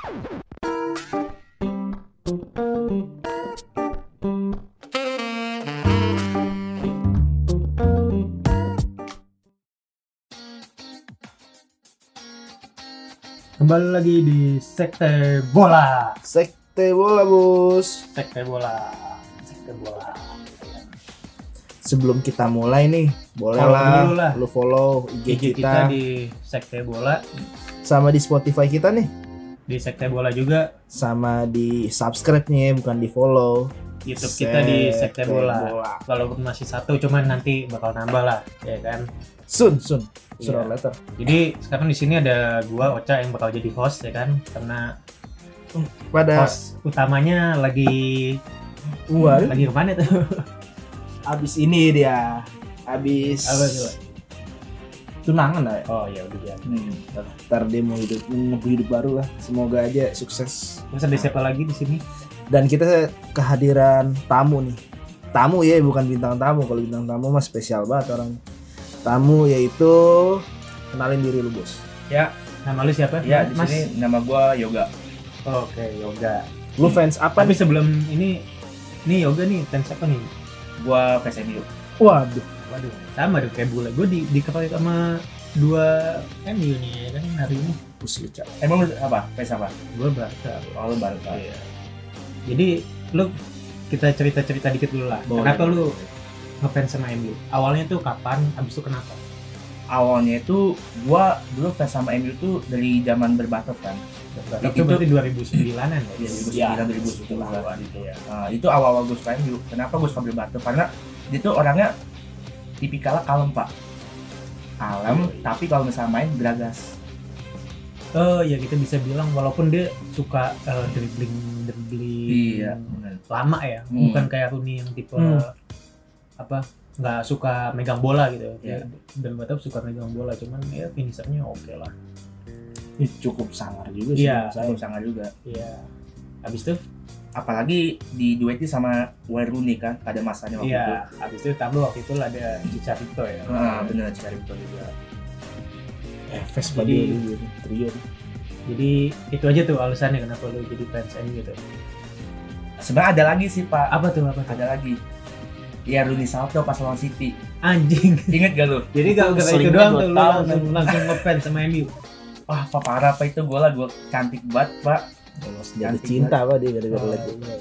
Kembali lagi di Sekte Bola. Sekte Bola, Bos. Sekte Bola. Sebelum kita mulai nih, Follow dulu lah. lu follow IG kita di Sekte Bola, sama di Spotify kita nih, di Sekte Bola juga, sama di subscribe-nya, bukan di follow. YouTube kita di Sekte Bola. Walaupun masih satu, cuman nanti bakal nambah lah, ya kan? Soon Iya. later. Jadi sekarang di sini ada gua Ocha yang bakal jadi host, ya kan? Karena Pada host utamanya lagi kemana tuh? abis ini dia, abis Apa tuh? tunangan lah. Oh ya udah ya. Ntar dia mau hidup baru lah. Semoga aja sukses. Terus ada siapa lagi di sini? Dan kita kehadiran tamu nih. Tamu ya, bukan bintang tamu. Kalau bintang tamu mah spesial banget orang. Tamu yaitu, kenalin diri lu, Bos. Ya, nama lu siapa? Ya, di Mas. sini nama gua Yoga. Oke, Yoga. Lu fans apa Tapi nih? sebelum ini Yoga nih fans apa nih? Gua fans MU. Waduh, Waduh, sama dong kayak bule. Gue dikeroyok sama 2 MU nih ya kan hari ini. pus lu, Cak. Emang lu apa? Fans apa? Gue Barca. Oh, lu Barca. Iya. Jadi lu kita cerita dikit dulu lah. Boleh. Kenapa lu ngefans sama MU? Awalnya tuh kapan? Abis itu kenapa? Awalnya itu gua dulu fans sama MU tuh dari zaman berbatok kan. Itu berarti 2009-an ya? 2009-2010-an gitu ya. Nah, itu awal-awal gua suka MU. Kenapa gua suka berbatok? Karena dia tuh orangnya tipikalnya kalem, Pak. Kalem, tapi kalau misalnya main geragas. Oh ya kita bisa bilang walaupun dia suka dribbling Iya, benar. lama ya, bukan kayak Rooney yang tipe apa nggak suka megang bola gitu. Iya. Dan Batam suka megang bola, cuman ya finishernya oke lah. Ini cukup sangar juga sih. Iya. menurut saya. Sangat juga. Iya. Habis itu Apalagi diduetin sama Wayne Rooney kan pada masanya waktu itu. iya, habis itu tambah waktu itu ada Chicharito ya. Nah, bener, Chicharito juga. Fes pada Jadi- dia trio. Jadi itu aja tuh alasannya kenapa lu jadi fans MU gitu. Sebenarnya ada lagi sih, Pak. Apa tuh? Ada lagi. Ya, Rooney Salto pas lawan City. Anjing. Ingat gak lu? Jadi kalau itu selingnya doang 2 tuh lu tahun, langsung ngefans sama MU. Wah, apa parah apa itu gua cantik banget, Pak. Jatuh Cantik cinta apa dia gara-gara Oh, lagi. iya.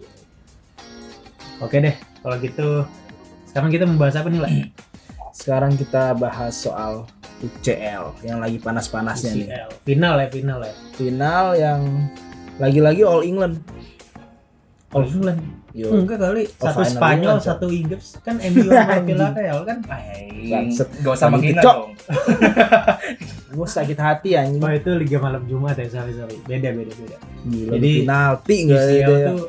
Oke deh, kalau gitu sekarang kita membahas apa nih lah? Sekarang kita bahas soal UCL yang lagi panas-panasnya nih. UCL. Final ya. Final yang lagi-lagi All England. All England. Yo. Enggak kali. Oh, Satu final Spanyol, England, satu Inggris. Kan MU sama Villarreal kan. Bangset. Gak usah Lagi menghina kecok. dong. Gue sakit hati anjing. Oh itu Liga Malam Jumat ya, sorry. Beda. Gila, Jadi, penalti enggak UCL ada. tuh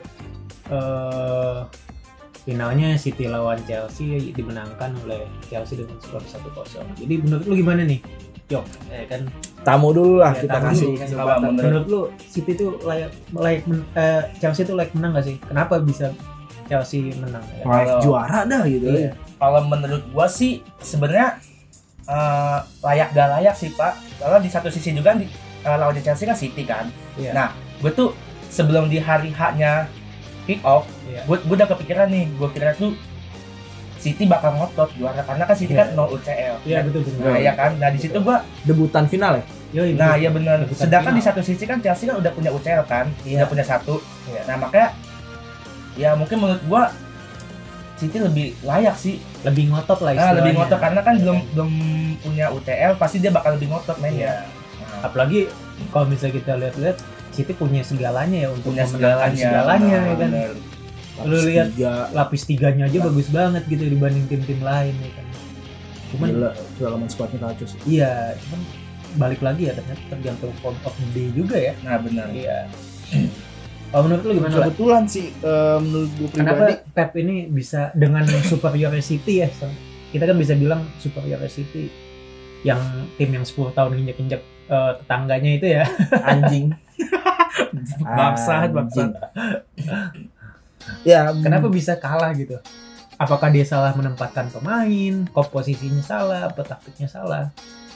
finalnya City lawan Chelsea dimenangkan oleh Chelsea dengan skor 1-0. Jadi menurut lu gimana nih? Yok, kan Tamu dulu lah Ya, kita tamu kasih dulu. kesempatan. menurut lu City tuh Chelsea tuh layak menang gak sih? Kenapa bisa Chelsea menang ya? Layak juara dah gitu. Iya. Kalau menurut gua sih sebenarnya layak gak layak sih, Pak. Soalnya di satu sisi juga lawan Chelsea kan City kan. Iya. Nah, gua tuh sebelum di hari H-nya kick off, Iya. gua udah kepikiran nih. Gua kira tuh City bakal ngotot juara karena kan City kan no UCL. Iya betul. Nah, ya kan. Nah, di situ gua Debutan final ya? Yoi, nah, betul. ya benar. Debutan Sedangkan final. di satu sisi kan Chelsea kan udah punya UCL kan, Iya. udah punya satu. Iya. Nah, makanya ya mungkin menurut gua City lebih layak sih. lebih ngotot lah Nah, istilahnya. lebih ngotot karena kan Iya. belum punya UCL, pasti dia bakal lebih ngotot mainnya. Iya. Apalagi kalau misalnya kita lihat City punya segalanya ya untuk Punya memenangkan segalanya. ya kan. bener. Lu lihat Tiga. lapis tiganya aja bagus banget gitu dibanding tim-tim lain ya kan. Cuman Gila, kedalaman squadnya kacau sih. iya, cuman balik lagi ya ternyata tergantung form of the day juga ya. Nah, benar. Iya. Kalau menurut lu gimana lah? Kebetulan sih menurut gue Kenapa pribadi Pep ini bisa dengan superior City ya? Kita kan bisa bilang superior City yang tim yang 10 tahun injek-injek tetangganya itu ya. anjing. Bangsat. Ya, Kenapa bisa kalah gitu? Apakah dia salah menempatkan pemain, komposisinya salah, atau taktiknya salah?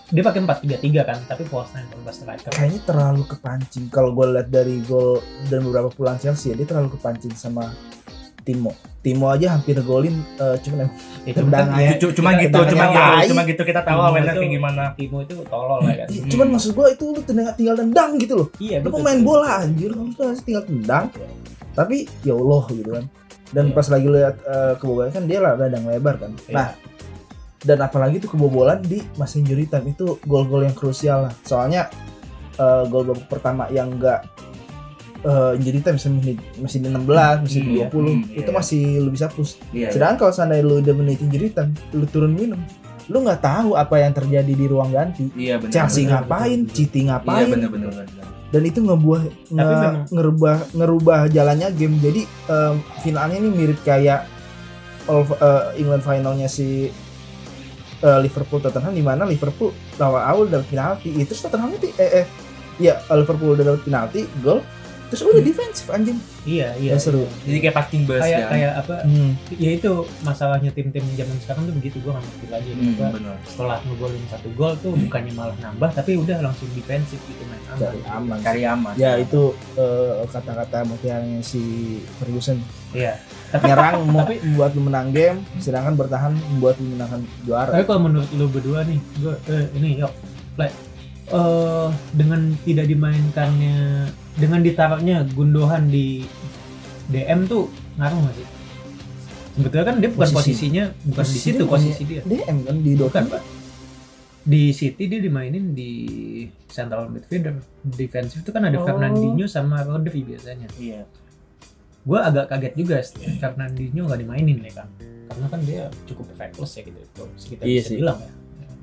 dia pakai 4-3-3 kan, tapi false nine tanpa striker. Kayaknya terlalu kepancing. Kalau gue lihat dari gol dan beberapa pukulan Chelsea, dia terlalu kepancing sama Timo aja hampir golin, cuman Ya, tendang kan, aja. Cuma gitu kita tahu Timo awalnya itu- kayak gimana. Timo itu tolol lah kan. Cuman maksud gue itu lu tinggal tendang gitu loh. Iya, Lu betul. pemain bola anjir, lu harus tinggal tendang. Tapi ya Allah gitu kan. Dan Iya. pas lagi lihat kebobolan kan dia lah radang lebar kan. Iya. Nah, dan apalagi tuh kebobolan di masa injury time itu gol-gol yang krusial lah. Soalnya gol babak pertama yang enggak injury time masih di 16, masih di Iya. 20, Iya. itu masih lu bisa push. Iya. Sedangkan kalau seandainya lu udah menit injury time, lu turun minum, lu nggak tahu apa yang terjadi di ruang ganti. Iya benar. Chelsea benar, ngapain, benar. City Iya ngapain, benar. dan itu memang- ngerubah jalannya game. Jadi finalnya ini mirip kayak England finalnya si Liverpool Tottenham, di mana Liverpool awal dapat penalti, terus Tottenham itu Liverpool udah dapat penalti, gol, terus udah defensif anjing. Iya. Ya, seru. Jadi kayak parking bus ya. Kayak apa? Hmm. Ya itu masalahnya tim-tim zaman sekarang tuh begitu, gua nggak ngerti lagi kenapa Benar. setelah ngegolin 1 gol tuh bukannya malah nambah tapi udah langsung defensif gitu, main Cari aman. aman. Cari aman. Ya itu kata-kata mutiaranya si Ferguson. Iya. Nyerang Tapi- membuat lu menang game, sedangkan bertahan membuat lu menangkan juara. Tapi kalau menurut lu berdua nih, gua ini yuk, play. Dengan tidak dimainkannya, dengan ditaruhnya Gundogan di DM tuh ngaruh nggak sih? Sebetulnya kan dia bukan posisinya, bukan di situ posisi dia. DM kan di Bukan, Dortmund. Pak. Di City dia dimainin di central midfielder. Defensif itu kan ada Oh. Fernandinho sama Rodri biasanya. Iya. Gue agak kaget juga Fernandinho nggak dimainin ya kan, karena kan dia cukup effortless ya gitu, kalau kita Iya bisa sih. bilang ya.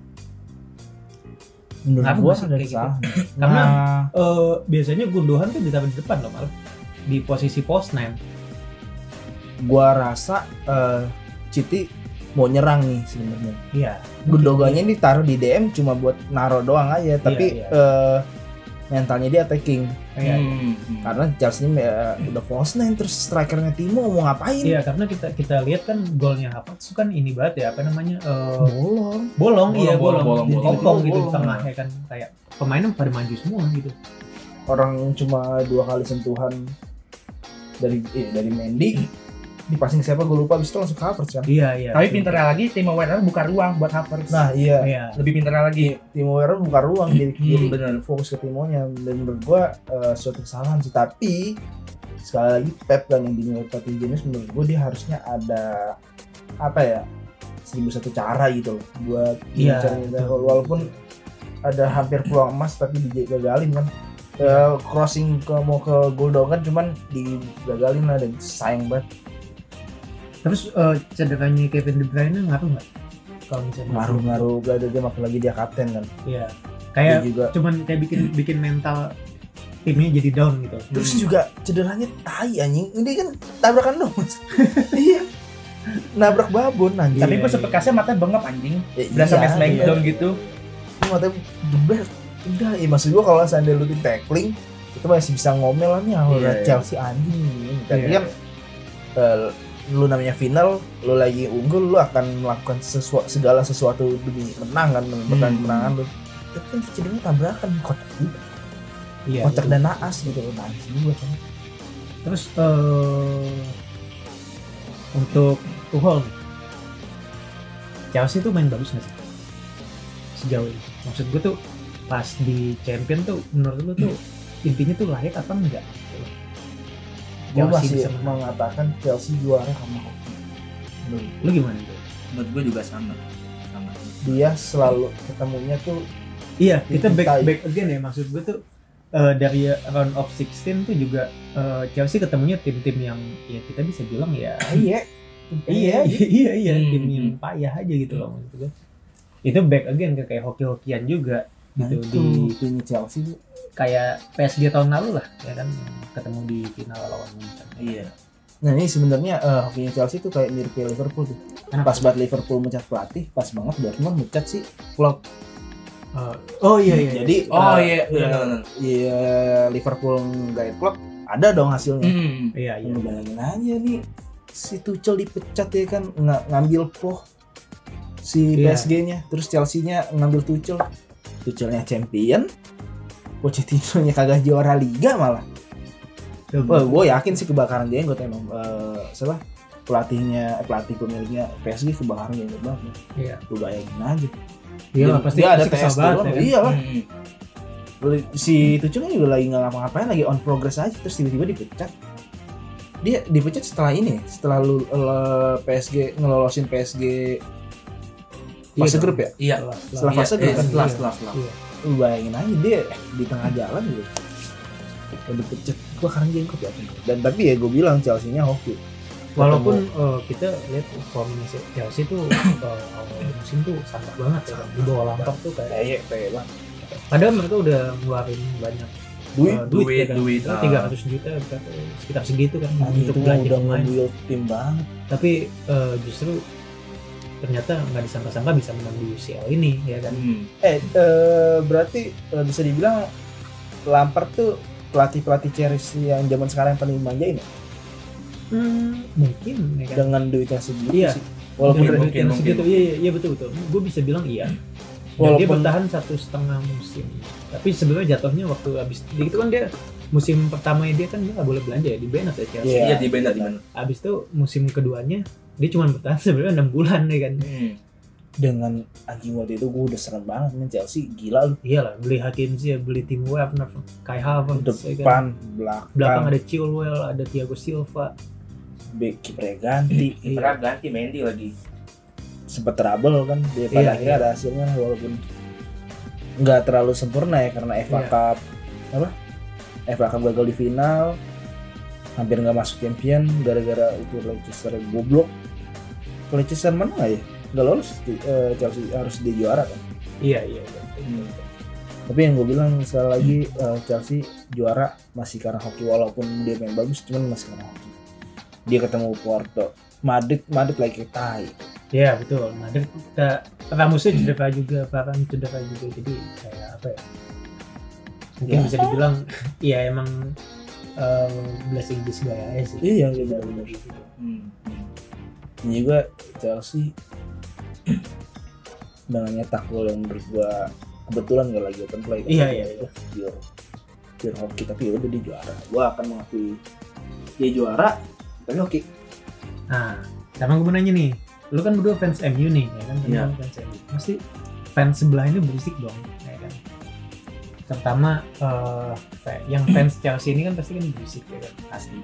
Menurut Ngaruh gua nggak sih ada kayak gitu? kesalahan. Karena Nah, biasanya Gundogan tuh ditaruh di depan loh, malah di posisi false nine. gua rasa City mau nyerang nih sebenarnya. Iya. Gundogannya ditaruh di DM cuma buat naro doang aja, tapi iya. mentalnya dia attacking. Iya, Karena Chelsea udah false nine, terus strikernya Timo mau ngapain? iya, karena kita lihat kan golnya Havertz kan ini banget ya, apa namanya, Bolong. bolong, bolong. kopong gitu di Bolong. tengah ya kan, kayak pemainnya pada maju semua gitu. Orang cuma 2 kali sentuhan dari Mendy, dipasing siapa gue lupa, abis itu langsung cover kan. Iya. Tapi pinternya lagi Timo Werner buka ruang buat Havertz. Nah iya, Iya. Lebih pinternya lagi. Timo Werner buka ruang jadi bener. fokus ke Timonya, dan menurut gua suatu kesalahan sih. Tapi sekali lagi Pep dan yang dinilai pelatih Jenis, menurut gua dia harusnya ada apa ya, 1001 cara gitu loh buat Iya, caranya. betul. Walaupun ada hampir peluang emas tapi digagalin kan. Crossing mau ke Gundogan cuman digagalin lah, dan sayang banget. Terus cederanya Kevin De Bruyne ngaruh nggak? Kalau misalnya Ngaruh gak ada game, apalagi dia kapten kan. Iya. Dia Kayak juga cuman kayak bikin mental timnya jadi down gitu. terus juga cederanya tai anjing. Ini kan tabrakan dong. Iya. Nabrak babon anjing. Tapi gue Iya, sempet kasih matanya bengap anjing. Ya, Berasa iya, main smackdown gitu. Ini matanya jebret. Udah, ya maksud gua kalau seandainya lu di tackling itu masih bisa ngomel lah nih, Iya, iya. Chelsea anjing. Tapi Iya. kan lu namanya final, lu lagi unggul, lu akan melakukan segala sesuatu demi menang kan, menang kemenangan lu. Tapi kan cederanya tabrakan, kocak juga. Iya. Kocak betul. dan naas gitu, nangis juga kan. Terus untuk Tuchel nih, Chelsea tuh main bagus nggak sih sejauh ini? Maksud gue tuh pas di Champion tuh menurut lu tuh intinya tuh layak apa enggak? Gua Chelsea masih bisa menang. mengatakan Chelsea juara sama hoki. Lu gimana tuh? Menurut gue juga sama. Dia selalu ketemunya tuh Iya, kita Dicintai. back again ya, maksud gue tuh dari round of 16 tuh juga Chelsea ketemunya tim-tim yang ya kita bisa bilang ya iya. iya tim Hmm. yang payah aja gitu loh maksud gue. Itu back again ke kayak hoki-hokian juga Nah, gitu itu di timnya Chelsea tuh kayak PSG tahun lalu lah ya kan, ketemu di final lawan Munchen. Iya. Nah ini sebenarnya hokinya Chelsea tuh kayak mirip kayak Liverpool tuh. Kenapa? Pas banget Liverpool mencat pelatih, pas banget Dortmund mencat si Klopp. Oh iya. Jadi Oh iya. iya Liverpool nggak Klopp, ada dong hasilnya. Iya. Yang bayangin aja nih si Tuchel dipecat ya kan, ngambil Poch si Iya. PSG-nya, terus Chelsea-nya ngambil Tuchel. Tuchelnya champion, Pochettino-nya kagak juara liga malah. Wah, gue yakin sih kebakaran jenggot emang. Pelatih pemiliknya PSG kebakaran jenggot banget. Iya. Lu bayangin aja. Iya lah, pasti dia ada kesal tes banget, doang. ya kan? Iya lah. Si Tuchel juga lagi nggak ngapa-ngapain, lagi on progress aja, terus tiba-tiba dipecat. Dia dipecat setelah PSG ngelolosin PSG fase grup ya? Iya. Setelah fase grup kan? Setelah. Iya. Lu bayangin aja dia di tengah jalan gitu. Udah dipecat, gua karang jenggot ya. Dan tapi ya gue bilang Chelsea-nya hoki. Walaupun kita lihat formasi Chelsea tuh awal musim tuh sangat banget ya kan. Di bawah Lampard tuh kayak banget. padahal mereka udah ngeluarin banyak Duit, ya kan. duit. 300 juta sekitar segitu kan Itu untuk mah belanja udah pemain. nge-build tim banget. Tapi justru ternyata nggak disangka-sangka bisa menang di UCL ini ya kan. Berarti bisa dibilang Lampard tuh pelatih Chelsea yang zaman sekarang yang paling manjain ya? Mungkin ya kan. Dengan duit yang segitu Iya. sih. Walaupun Mungkin. segitu, iya betul. Gue bisa bilang iya. Dan dia bertahan 1,5 musim. Tapi sebenarnya jatuhnya waktu habis itu kan dia musim pertama dia kan dia nggak boleh belanja ya di Bennett ya Chelsea. Iya, di band. Habis itu musim keduanya dia cuma bertahan sebenarnya 6 bulan ya kan. dengan anjing waktu itu gue udah serem banget nih Chelsea, gila lu. Iyalah, beli Hakim Ziyech, beli Tim Werner, Kai Havertz, ya kan. Depan, Belakang ada Chilwell, ada Thiago Silva. kipernya ganti. Kipernya ganti Mendy lagi. Sempet trouble kan dia pada Iya, akhirnya ada hasilnya walaupun nggak terlalu sempurna ya karena FA Iya. Cup FA Cup gagal di final, hampir nggak masuk champion gara-gara itu Leicester goblok. Leicester mana nggak ya nggak lolos Chelsea harus dia juara kan. Iya. Tapi yang gue bilang sekali lagi Chelsea juara masih karena hoki, walaupun dia main bagus cuman masih karena hoki. Dia ketemu Porto, Madrid lagi tai. Iya betul. Madrid Ramosnya cedera juga, Varane cedera juga, jadi kayak apa ya? Mungkin Ya. bisa dibilang, iya emang blessing disguise sih. Iya benar-benar. Ini juga Chelsea dengan nyetak gol yang menurut gua kebetulan gak lagi open play. Iya. Pure hoki, tapi udah dia juara. Gua akan mengakui dia juara, tapi hoki. Nah, sekarang gue mau nanya nih, lu kan berdua fans MU nih, ya kan? Iya. Fans MU. Pasti fans sebelah ini berisik dong, ya kan? Terutama yang fans Chelsea ini kan pasti kan berisik, ya kan? Pasti.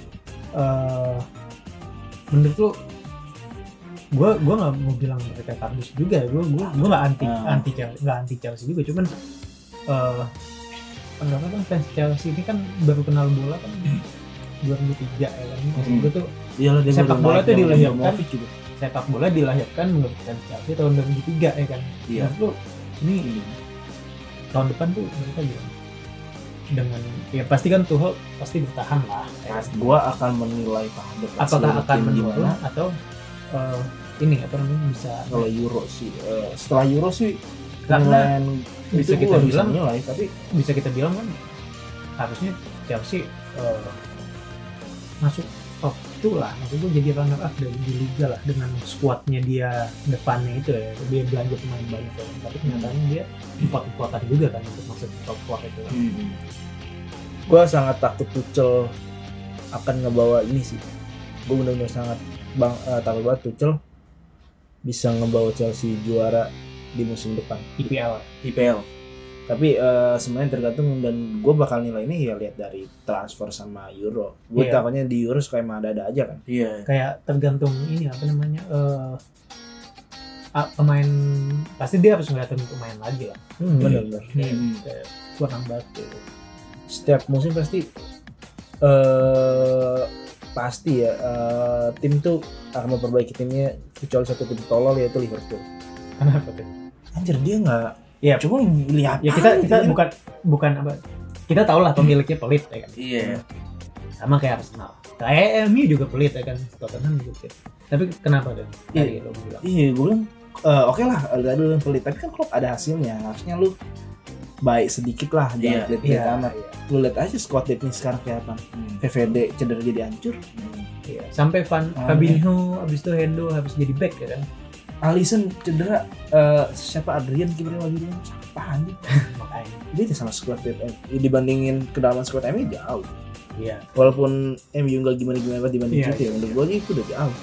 Menurut lu, gue nggak mau bilang mereka kardus juga, gue nggak anti Chelsea juga, cuman anggapnya kan fans Chelsea ini kan baru kenal bola kan 2003 ya kan? Maksud gue tuh Iyalah, dia sepak baru bola naik tuh zaman dilahirkan. Ibrahimovic juga. Sepak bola dilahirkan menurut fans Chelsea tahun 2003 ya kan? Iya. Menurut lu ini tahun depan tuh mereka gimana? Dengan ya pasti kan Tuchel pasti bertahan lah. Gua akan menilai tahun depan Apakah seluruh akan tim menurun gimana. atau ini apa namanya bisa Kalau Euro sih setelah Euro sih karena penilaian bisa itu kita gua bilang nilai, tapi bisa kita bilang kan harusnya Chelsea masuk top 2 lah, maksud gue jadi runner up di liga lah dengan skuadnya dia depannya itu ya, dia belanja pemain banyak ya. Tapi kenyataannya dia import-importan juga kan untuk masuk ke top 4 itu. gue sangat takut Tuchel akan ngebawa ini sih. Gue benar-benar sangat takut banget Tuchel bisa ngebawa Chelsea juara di musim depan. IPL. Tapi sebenarnya tergantung, dan gue bakal nilai ini ya lihat dari transfer sama Euro. Gue Iya. takutnya di Euro suka emang ada aja kan. Iya. Kayak tergantung ini apa namanya pemain, pasti dia harus ngeliatin pemain lagi lah. Benar-benar. Kayak kurang banget gitu. Setiap musim pasti ya tim tuh akan memperbaiki timnya, kecuali satu tim tolol yaitu Liverpool. Kenapa tuh? Anjir dia nggak. Iya. Cuma lihat. Ya kita bukan apa, kita tahu lah pemiliknya pelit ya kan. Iya. Sama kayak Arsenal, kayak MU juga pelit ya kan, Tottenham juga pelit. Tapi kenapa tuh? Tadi lo bilang. Iya, gue bilang oke lah, ada dulu yang pelit, tapi kan Klopp ada hasilnya. Harusnya lu baik sedikit lah, jangan pelit amat. Lu lihat aja squad depth-nya sekarang kayak apa. VVD cedera jadi hancur. Iya. Sampai Fabinho, abis itu Hendo habis jadi back ya kan. Alisson cedera, siapa Adrian kipernya lagi dia. apaan sih? makanya. Dia sama squad DM dibandingin kedalaman squad MU jauh. Iya. Walaupun MU nggak gimana-gimana dibanding Iya, City, iya, menurut gue itu udah jauh.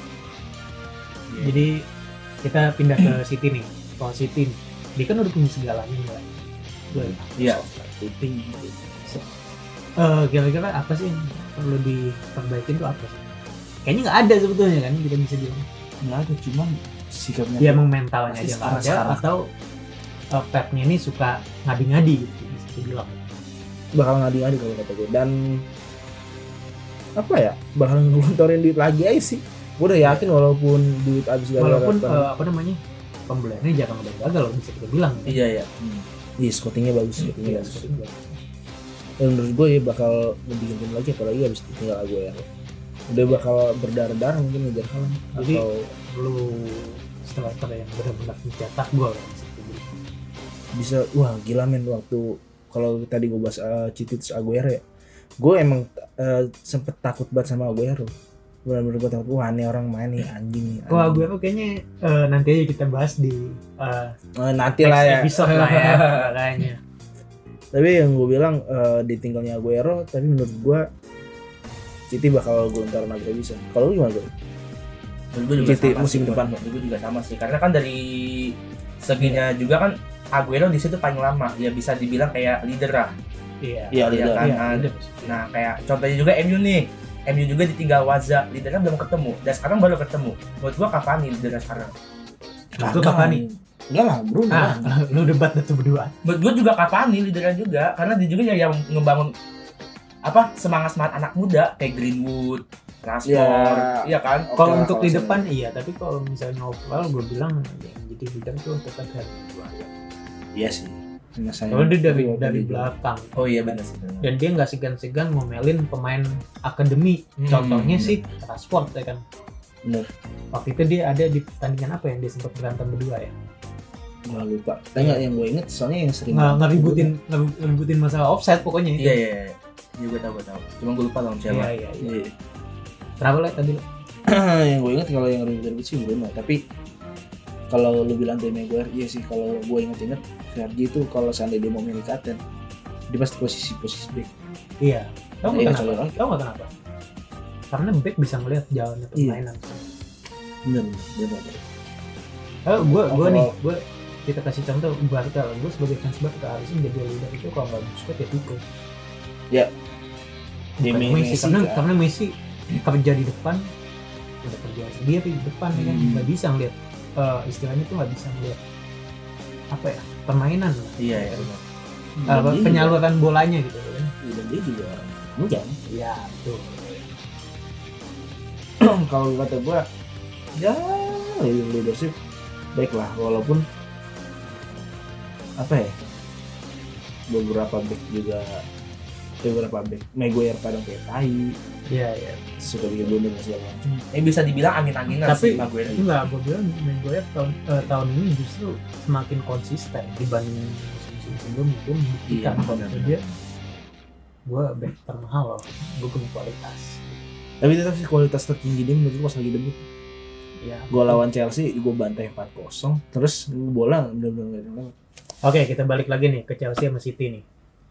Jadi kita pindah ke City nih. Kalau City nih, dia kan udah punya segalanya lah. Iya. Shooting gitu. Kira-kira apa sih yang perlu diperbaikin tuh apa sih? Kayaknya nggak ada sebetulnya kan kita bisa bilang. Nggak ada, cuman sikapnya. Dia emang mentalnya Pasti aja nggak ada sekarang. atau Pep-nya ini suka ngadi-ngadi gitu bisa dibilang. bakal ngadi-ngadi kalau kata gue. Dan apa ya, bakal ngelontorin duit lagi aja sih. Gue udah yakin walaupun duit abis Walaupun gara-gara apa namanya pembeliannya jangan udah gagal loh bisa kita bilang. Iya. iya scoutingnya bagus, scoutingnya Iya, bagus. scouting bagus. Dan menurut gue ya bakal ngebikin tim lagi, apalagi abis tinggal Aguero. Udah bakal berdarah-darah mungkin ngejar Haaland. Jadi- Atau Perlu striker yang benar-benar mencetak gol bisa kita bilang. bisa, wah gila men, waktu kalau tadi gue bahas City terus Aguero ya, gue emang sempet takut banget sama Aguero. Bener-bener gue takut, wah ini orang main nih anjing nih. Kalau anjing. Aguero kayaknya nanti aja kita bahas di Nanti next lah ya. episode lah ya kayaknya. Tapi yang gue bilang ditinggalnya Aguero, tapi menurut gue City bakal gontar Aguero bisa. Kalau lu gimana gue? Gue juga City sama musim sih, depan. gue juga sama sih, karena kan dari seginya juga kan Aguero di situ paling lama, ya bisa dibilang kayak leader lah. Iya. Iya, leader. kan? Iya, leader. Nah kayak contohnya juga MU nih, MU juga ditinggal Waza, leadernya belum ketemu, dan sekarang baru ketemu. Menurut gua Cavani leadernya sekarang. Itu Cavani. Enggak lah, Bruno. Ah, lu debat itu berdua. Menurut gua juga Cavani leadernya juga, karena dia juga yang ngebangun apa semangat anak muda kayak Greenwood, Rashford, iya kan? Oke Kalau lah, untuk kalau di saya- depan iya, tapi kalau misalnya overall gue bilang yang jadi leader tuh tetap Harry Maguire. Iya sih. Kalau dia dari belakang Oh iya benar sih. benar. dan dia nggak segan-segan ngomelin pemain akademi. Contohnya sih Rashford ya kan. Bener. Waktu itu dia ada di pertandingan apa yang dia sempat berantem berdua ya. Gue lupa. Tanya yang gue inget soalnya yang sering Ngeributin masalah offside pokoknya itu. Iya. Iya gue tahu. Cuma gue lupa lawan siapa. Iya. Iya. Kenapa lah tadi? yang gue inget kalau yang ribut-ribut sih Bruno, tapi kalau lu bilang Harry Maguire, iya sih kalau gue inget Fergie itu kalau seandainya dia mau milih kapten, dia pasti posisi back. Iya. Tahu Iya, nggak soalnya kenapa? Tahu nggak kenapa? Karena back bisa melihat jalannya Iya. permainan. Bener. Gue kita kasih contoh Barca. Gue sebagai fans Barca harusnya menjadi leader itu kalau nggak Busquets ya Pico. Ya. Bukan Dia Messi, Messi, karena Messi kerja di depan, udah kerja sendiri di depan ya kan, nggak bisa ngeliat istilahnya tuh nggak bisa ngeliat apa ya permainan lah. Iya. Penyaluran bolanya gitu kan. Dan dia juga enggak. Iya betul. Kalau kata gue, ya leadership baiklah, walaupun apa ya, beberapa back Maguire kadang kayak tai, Iya. suka bikin blunder dan segala macam. Bisa dibilang angin-anginan Tapi sih Maguire. enggak, gue bilang Maguire tahun ini justru semakin konsisten dibanding musim-musim sebelumnya. Dia membuktikan Iya, kalau benar. dia gue back termahal loh, gue punya kualitas. Tapi tetap sih kualitas tertinggi dia menurut gue pas lagi debut. Ya. Gue lawan Chelsea, gue bantai 4-0, terus bola bener-bener nggak lewat. Oke, kita balik lagi nih ke Chelsea sama City nih.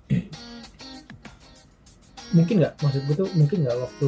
Mungkin nggak, maksud gue tuh mungkin nggak waktu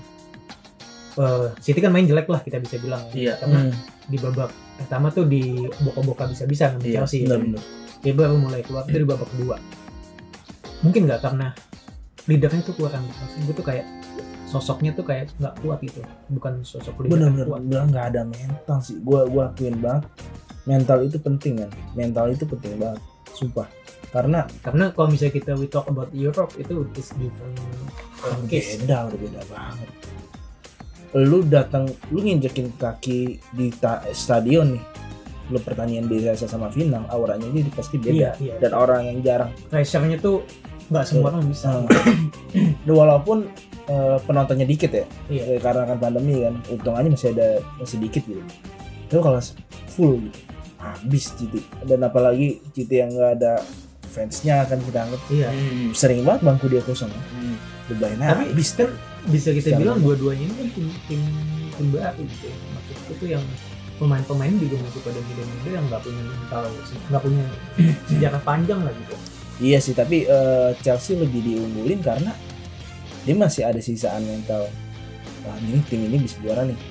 City kan main jelek lah kita bisa bilang. Iya. Karena di babak pertama tuh di boka-boka bisa-bisa sama Iya, Chelsea. Bener-bener. Dia baru mulai keluar dari babak kedua. Mungkin nggak karena leadernya tuh kurang. Maksud gue tuh kayak sosoknya tuh kayak nggak kuat gitu. Bukan sosok leader yang Bener-bener kuat. nggak ada mental sih. Gue akuin banget. Mental itu penting kan. Mental itu penting banget. Sumpah. Karena Kalau misalnya kita we talk about Europe itu is different case. udah beda banget. Lu datang, lu nginjekin kaki di stadion nih, lu pertandingan biasa sama final, auranya dia pasti beda. Iya. Dan orang yang jarang, Pressure-nya tuh nggak semua orang bisa. walaupun penontonnya dikit ya, Iya. karena kan pandemi kan, untungannya masih dikit gitu. Tapi kalau full gitu, habis City. Dan apalagi City yang nggak ada fansnya kan kita anggap Iya. sering banget bangku dia kosong. Bebannya Tapi habis kan bisa kita Secara bilang dua-duanya ini kan tim baru gitu ya. Maksudku tuh yang pemain-pemain juga masih pada muda-muda yang nggak punya mental, nggak punya sejarah panjang lah gitu. Iya sih, tapi Chelsea lebih diunggulin karena dia masih ada sisaan mental. Wah, ini tim ini bisa juara nih.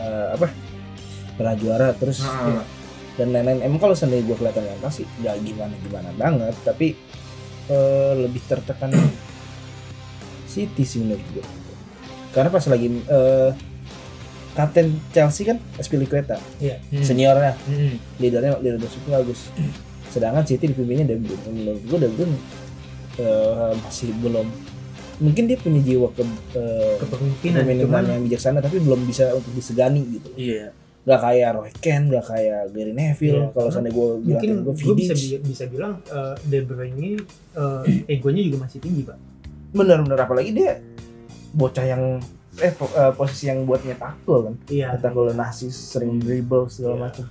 Pernah juara terus ya. Dan lain-lain. Emang kalau seandainya gue kelihatan mental sih nggak gimana banget, tapi lebih tertekan City sih menurut gue. Karena pas lagi kapten Chelsea kan Azpilicueta, seniornya, leader super bagus. Sedangkan City dipimpinnya De Bruyne. Menurut gue De Bruyne masih belum, mungkin dia punya jiwa kepemimpinan yang bijaksana, tapi belum bisa untuk disegani gitu. Iya. Gak kayak Roy Keane, gak kayak Gary Neville. Iya, kalau seandainya gue bilang, mungkin gue gue bisa bilang De Bruyne ini egonya juga masih tinggi, Pak. Bener-bener, apalagi dia bocah yang posisi yang buat nyetak gol kan. Iya. Nyetak gol, nasis, sering dribble segala macam.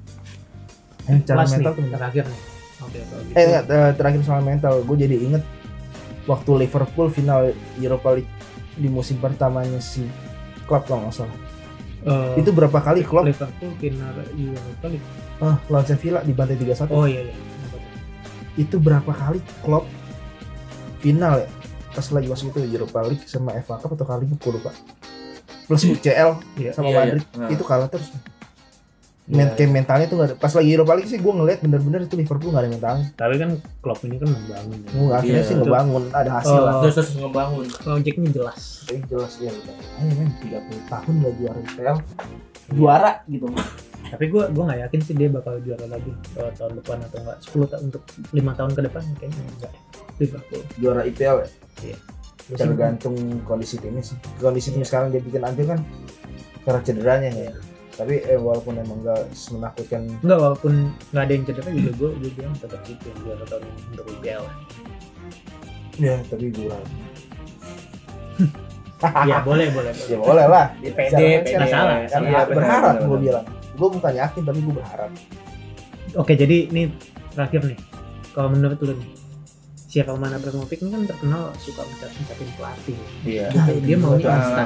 Plus mental nih, terakhir nih. Oke. Terakhir soal mental, gue jadi inget waktu Liverpool final Europa League di musim pertamanya si Klopp kalau nggak salah. Itu berapa kali Klopp Liverpool final Europa League lawan Sevilla dibantai 3-1. Oh iya. Itu berapa kali Klopp final ya? Pas lagi waktu itu Europa League sama FA Cup atau kali gue lupa. Plus UCL sama Madrid itu kalah terus. Kayak mentalnya tuh gak ada. Pas lagi Europa League sih gue ngeliat bener-bener itu Liverpool gak ada mentalnya. Tapi kan Klopp ini kan membangun. Akhirnya sih ngebangun, ada hasil lah. Terus ngebangun. Projectnya jelas. Jelas ya. Ayo men, 30 tahun gak juara UCL. Juara gitu. Tapi gue nggak yakin sih dia bakal juara lagi tahun depan atau enggak. 10 tahun untuk 5 tahun ke depan kayaknya enggak. Liverpool juara IPL ya? Iya. Tergantung kondisi timnya sih. Kondisi tim sekarang dia bikin anjir kan karena cederanya ya. Tapi walaupun emang nggak menakutkan. Enggak, walaupun nggak ada yang cedera juga gue bilang tetap itu yang juara tahun ini untuk IPL. Ya tapi gue. Ya boleh. Ya boleh lah. PD salah. Berharap gue bilang. Gue bukan yakin tapi gue berharap. Oke, jadi ini terakhir nih. Kalau menurut lu nih, siapa Roman Abramovich ini kan terkenal suka mencatin pelatih. Iya. Dia maunya instan.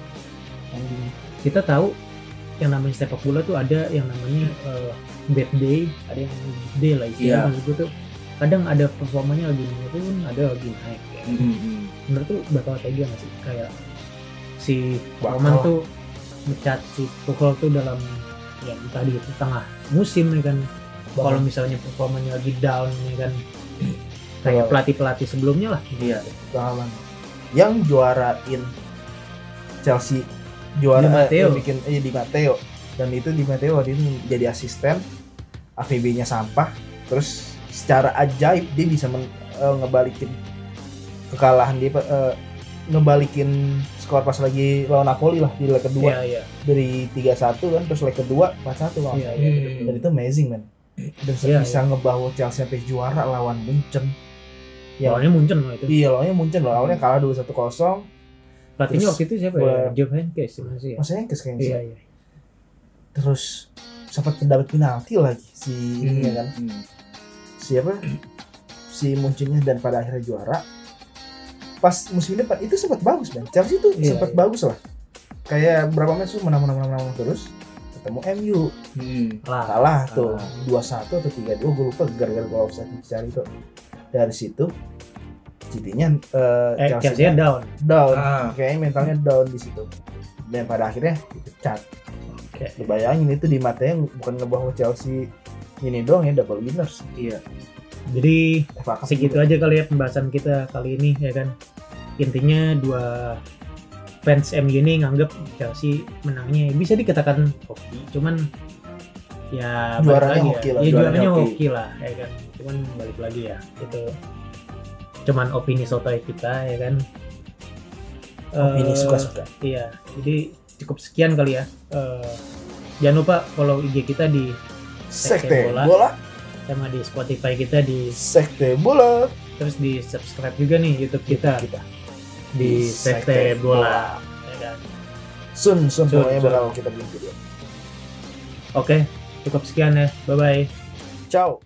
Kita tahu yang namanya sepak bola tuh ada yang namanya bad day, ada yang good day lah istilahnya. Maksud gue tuh kadang ada performanya lagi menurun, ada lagi naik ya. Menurut tuh bakal tega nggak sih kayak si Roman tuh mencat si Tuchel tuh dalam ya tadi itu tengah musim nih kan. Kalau misalnya performanya lagi down nih kan, kayak pelatih sebelumnya lah. Iya. Yang juarain Chelsea juara bikin di Matteo, dan itu di Matteo dia jadi asisten, AVB-nya sampah, terus secara ajaib dia bisa ngebalikin kekalahan dia, ngebalikin skor pas lagi lawan Napoli lah di leg kedua. Dari 3-1 kan, terus leg kedua 4-1 kan. Dan itu amazing man. Dan bisa ngebawa Chelsea sampai juara lawan Munchen. Lawannya Munchen loh itu. Iya, lawannya Munchen loh. Awalnya kalah 2-1. Pelatihnya waktu itu siapa ya? Joe Heynckes masih ya? Masih Heynckes kayaknya. Iya. Terus sempat mendapat penalti lagi ini kan. Siapa? Si Munchennya, dan pada akhirnya juara. Pas musim depan itu sempat bagus man. Chelsea itu sempat bagus lah. Kayak berapa match tuh menang terus. Ketemu MU. Kalah tuh 2-1 atau 3-2 gue lupa gara-gara gol offside dicari tuh. Dari situ City-nya Chelsea down. Kayaknya mentalnya down di situ. Dan pada akhirnya dipecat. Lu bayangin itu di matanya bukan ngebawa Chelsea ini doang ya, double winners. Iya. Jadi segitu aja kali ya pembahasan kita kali ini ya kan. Intinya dua fans MU ini nganggap Chelsea menangnya bisa dikatakan hoki, cuman ya juaranya hoki lah. Ya juaranya hoki lah ya kan. Cuman balik lagi ya itu cuman opini sotoy kita ya kan. Opini suka-suka. Iya. Jadi cukup sekian kali ya. Jangan lupa follow IG kita di Sekte Bola. Sama di Spotify kita di Sekte Bola. Terus di subscribe juga nih YouTube kita. Di Sekte Bola. Ya kan? Sun pokoknya bakal kita bikin video. Oke, cukup sekian ya. Bye bye. Ciao.